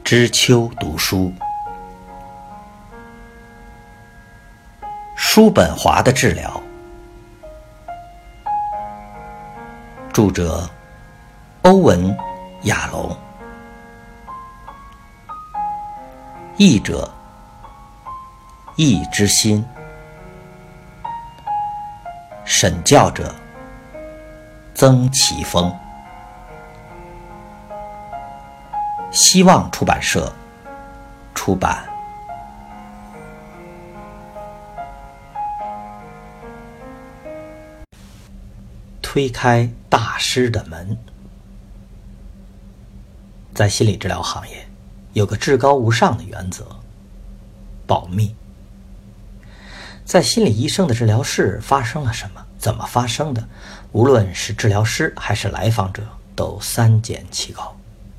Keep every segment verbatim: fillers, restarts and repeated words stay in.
知秋读书，叔本华的治疗。著者欧文·亚龙，译者易之心，审校者曾奇峰，希望出版社出版。推开大师的门。在心理治疗行业，有个至高无上的原则：保密。在心理医生的治疗室发生了什么，怎么发生的，无论是治疗师还是来访者，都三缄其口。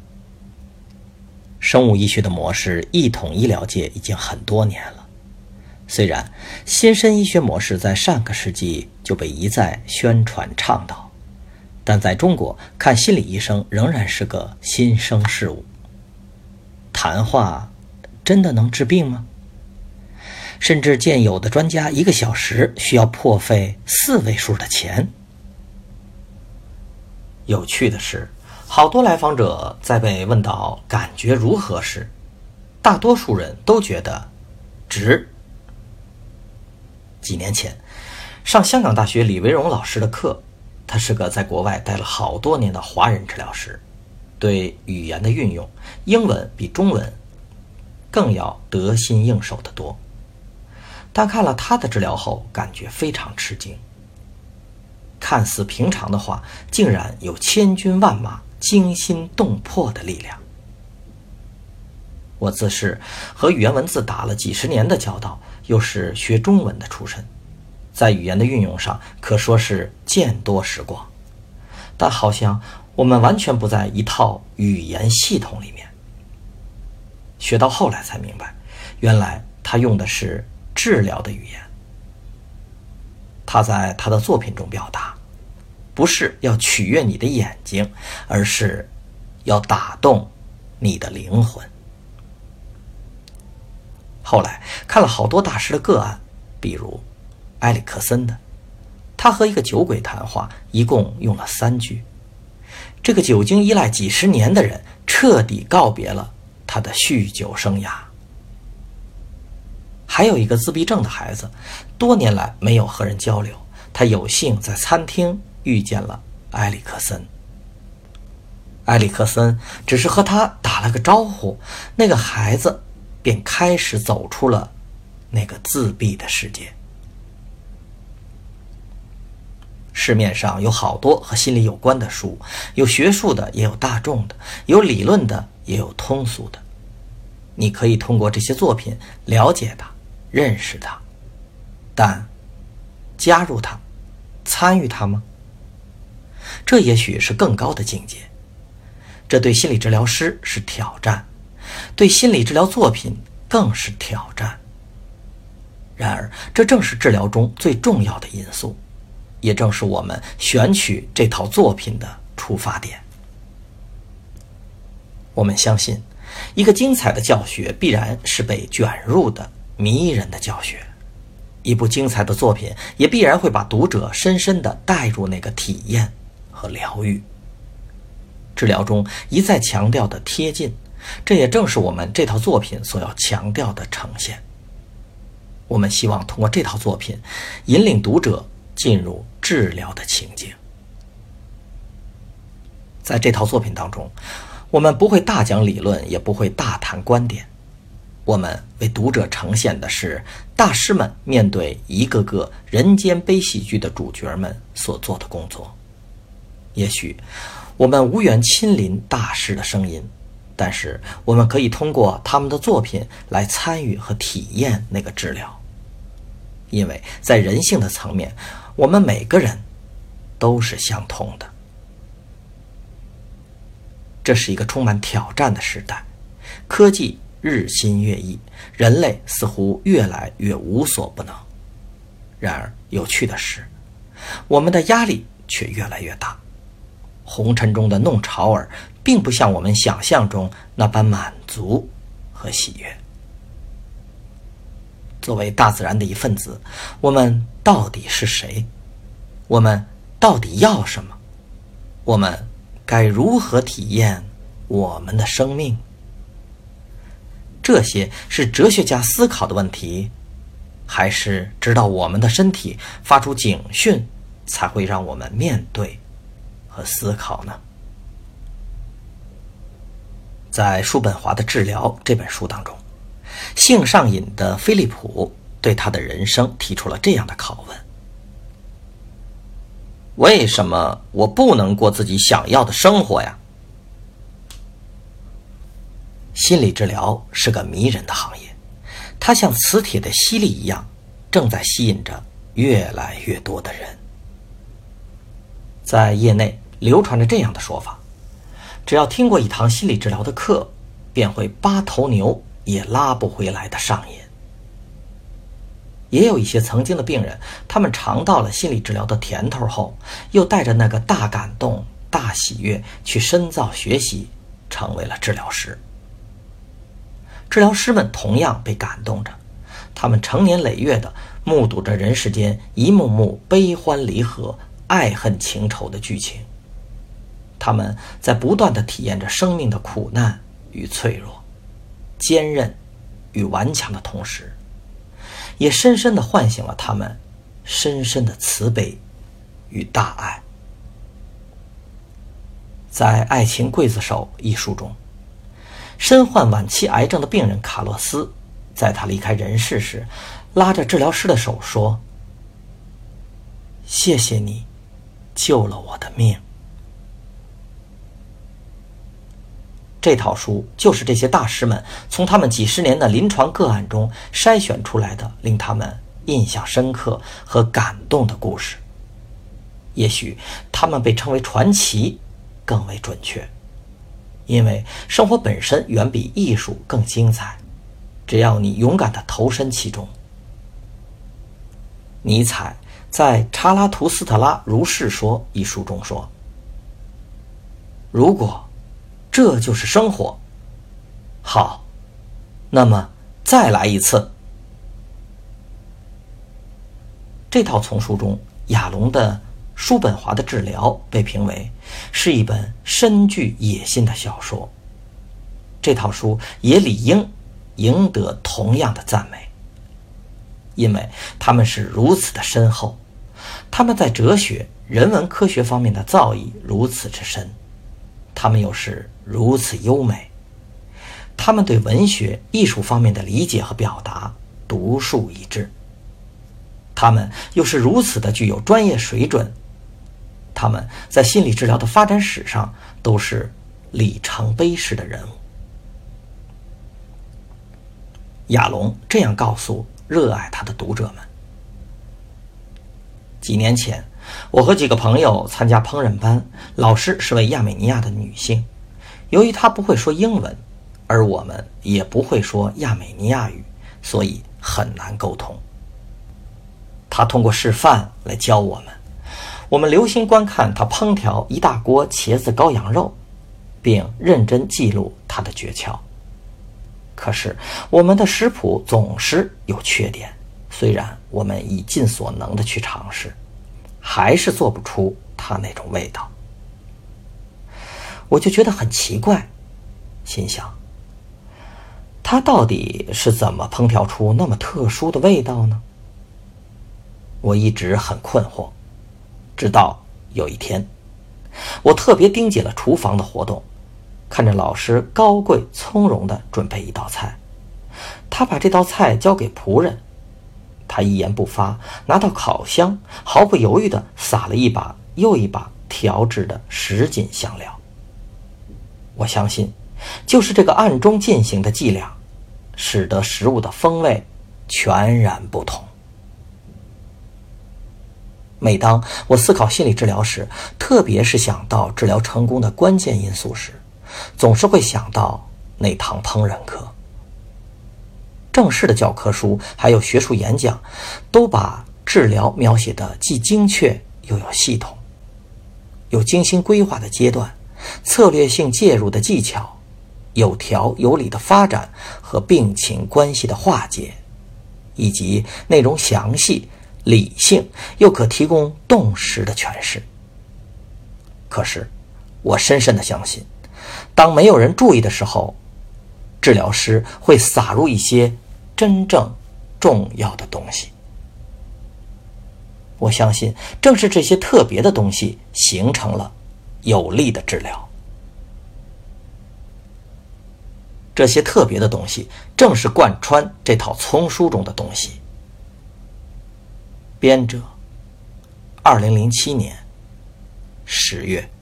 生物医学的模式一统医疗界已经很多年了，虽然新生医学模式在上个世纪就被一再宣传倡导，但在中国看心理医生仍然是个新生事物。谈话真的能治病吗？甚至见有的专家一个小时需要破费四位数的钱。有趣的是，好多来访者在被问到感觉如何时，大多数人都觉得值。几年前上香港大学李维荣老师的课，他是个在国外待了好多年的华人治疗师，对语言的运用，英文比中文更要得心应手的多。但看了他的治疗后，感觉非常吃惊。看似平常的话，竟然有千军万马惊心动魄的力量。我自是和语言文字打了几十年的交道，又是学中文的出身，在语言的运用上可说是见多识广，但好像我们完全不在一套语言系统里面。学到后来才明白，原来他用的是治疗的语言。他在他的作品中表达，不是要取悦你的眼睛，而是要打动你的灵魂。后来看了好多大师的个案，比如埃里克森的，他和一个酒鬼谈话，一共用了三句。这个酒精依赖几十年的人，彻底告别了他的酗酒生涯。还有一个自闭症的孩子，多年来没有和人交流，他有幸在餐厅遇见了埃里克森。埃里克森只是和他打了个招呼，那个孩子便开始走出了那个自闭的世界。市面上有好多和心理有关的书，有学术的，也有大众的，有理论的，也有通俗的。你可以通过这些作品了解它，认识它，但加入它，参与它吗？这也许是更高的境界。这对心理治疗师是挑战，对心理治疗作品更是挑战。然而，这正是治疗中最重要的因素，也正是我们选取这套作品的出发点。我们相信，一个精彩的教学必然是被卷入的迷人的教学，一部精彩的作品也必然会把读者深深地带入那个体验和疗愈。治疗中一再强调的贴近，这也正是我们这套作品所要强调的呈现。我们希望通过这套作品引领读者进入治疗的情境。在这套作品当中，我们不会大讲理论，也不会大谈观点，我们为读者呈现的是大师们面对一个个人间悲喜剧的主角们所做的工作。也许我们无缘亲临大师的声音，但是我们可以通过他们的作品来参与和体验那个治疗。因为在人性的层面，我们每个人都是相通的。这是一个充满挑战的时代，科技日新月异，人类似乎越来越无所不能。然而有趣的是，我们的压力却越来越大。 红尘中的弄潮儿并不像我们想象中那般满足和喜悦。作为大自然的一份子，我们到底是谁？我们到底要什么？我们该如何体验我们的生命？这些是哲学家思考的问题，还是直到我们的身体发出警讯，才会让我们面对和思考呢？在叔本华的《治疗》这本书当中，性上瘾的菲利普对他的人生提出了这样的拷问：为什么我不能过自己想要的生活呀？心理治疗是个迷人的行业，它像磁铁的吸力一样，正在吸引着越来越多的人。在业内流传着这样的说法：只要听过一堂心理治疗的课，便会八头牛也拉不回来的上瘾。也有一些曾经的病人，他们尝到了心理治疗的甜头后，又带着那个大感动、大喜悦去深造学习，成为了治疗师。治疗师们同样被感动着，他们成年累月地目睹着人世间一幕幕悲欢离合、爱恨情仇的剧情。他们在不断地体验着生命的苦难与脆弱、坚韧与顽强的同时，也深深地唤醒了他们深深的慈悲与大爱。在《爱情刽子手》一书中，身患晚期癌症的病人卡洛斯，在他离开人世时，拉着治疗师的手说：谢谢你救了我的命。这套书就是这些大师们从他们几十年的临床个案中筛选出来的令他们印象深刻和感动的故事。也许他们被称为传奇更为准确，因为生活本身远比艺术更精彩，只要你勇敢地投身其中。尼采在《查拉图斯特拉如是说》一书中说：如果这就是生活，好，那么再来一次。这套丛书中，亚龙的叔本华的治疗被评为是一本深具野心的小说。这套书也理应赢得同样的赞美，因为他们是如此的深厚，他们在哲学、人文科学方面的造诣如此之深，他们又是如此优美，他们对文学、艺术方面的理解和表达独树一帜，他们又是如此的具有专业水准，他们在心理治疗的发展史上都是里程碑式的人物。亚龙这样告诉热爱他的读者们：几年前，我和几个朋友参加烹饪班，老师是位亚美尼亚的女性。由于她不会说英文，而我们也不会说亚美尼亚语，所以很难沟通。她通过示范来教我们，我们留心观看她烹调一大锅茄子羔羊肉，并认真记录她的诀窍。可是我们的食谱总是有缺点，虽然我们已尽所能的去尝试，还是做不出它那种味道。我就觉得很奇怪，心想，它到底是怎么烹调出那么特殊的味道呢？我一直很困惑，直到有一天，我特别盯紧了厨房的活动，看着老师高贵从容地准备一道菜。他把这道菜交给仆人，他一言不发，拿到烤箱，毫不犹豫地撒了一把又一把调制的什锦香料。我相信，就是这个暗中进行的伎俩，使得食物的风味全然不同。每当我思考心理治疗时，特别是想到治疗成功的关键因素时，总是会想到那堂烹饪课。正式的教科书还有学术演讲，都把治疗描写的既精确又有系统。 有精心规划的阶段，策略性介入的技巧，有条有理的发展和病情关系的化解，以及内容详细、理性又可提供洞识的诠释。可是，我深深地相信，当没有人注意的时候，治疗师会撒入一些真正重要的东西。我相信，正是这些特别的东西形成了有力的治疗。这些特别的东西正是贯穿这套丛书中的东西。编者，二零零七年十月。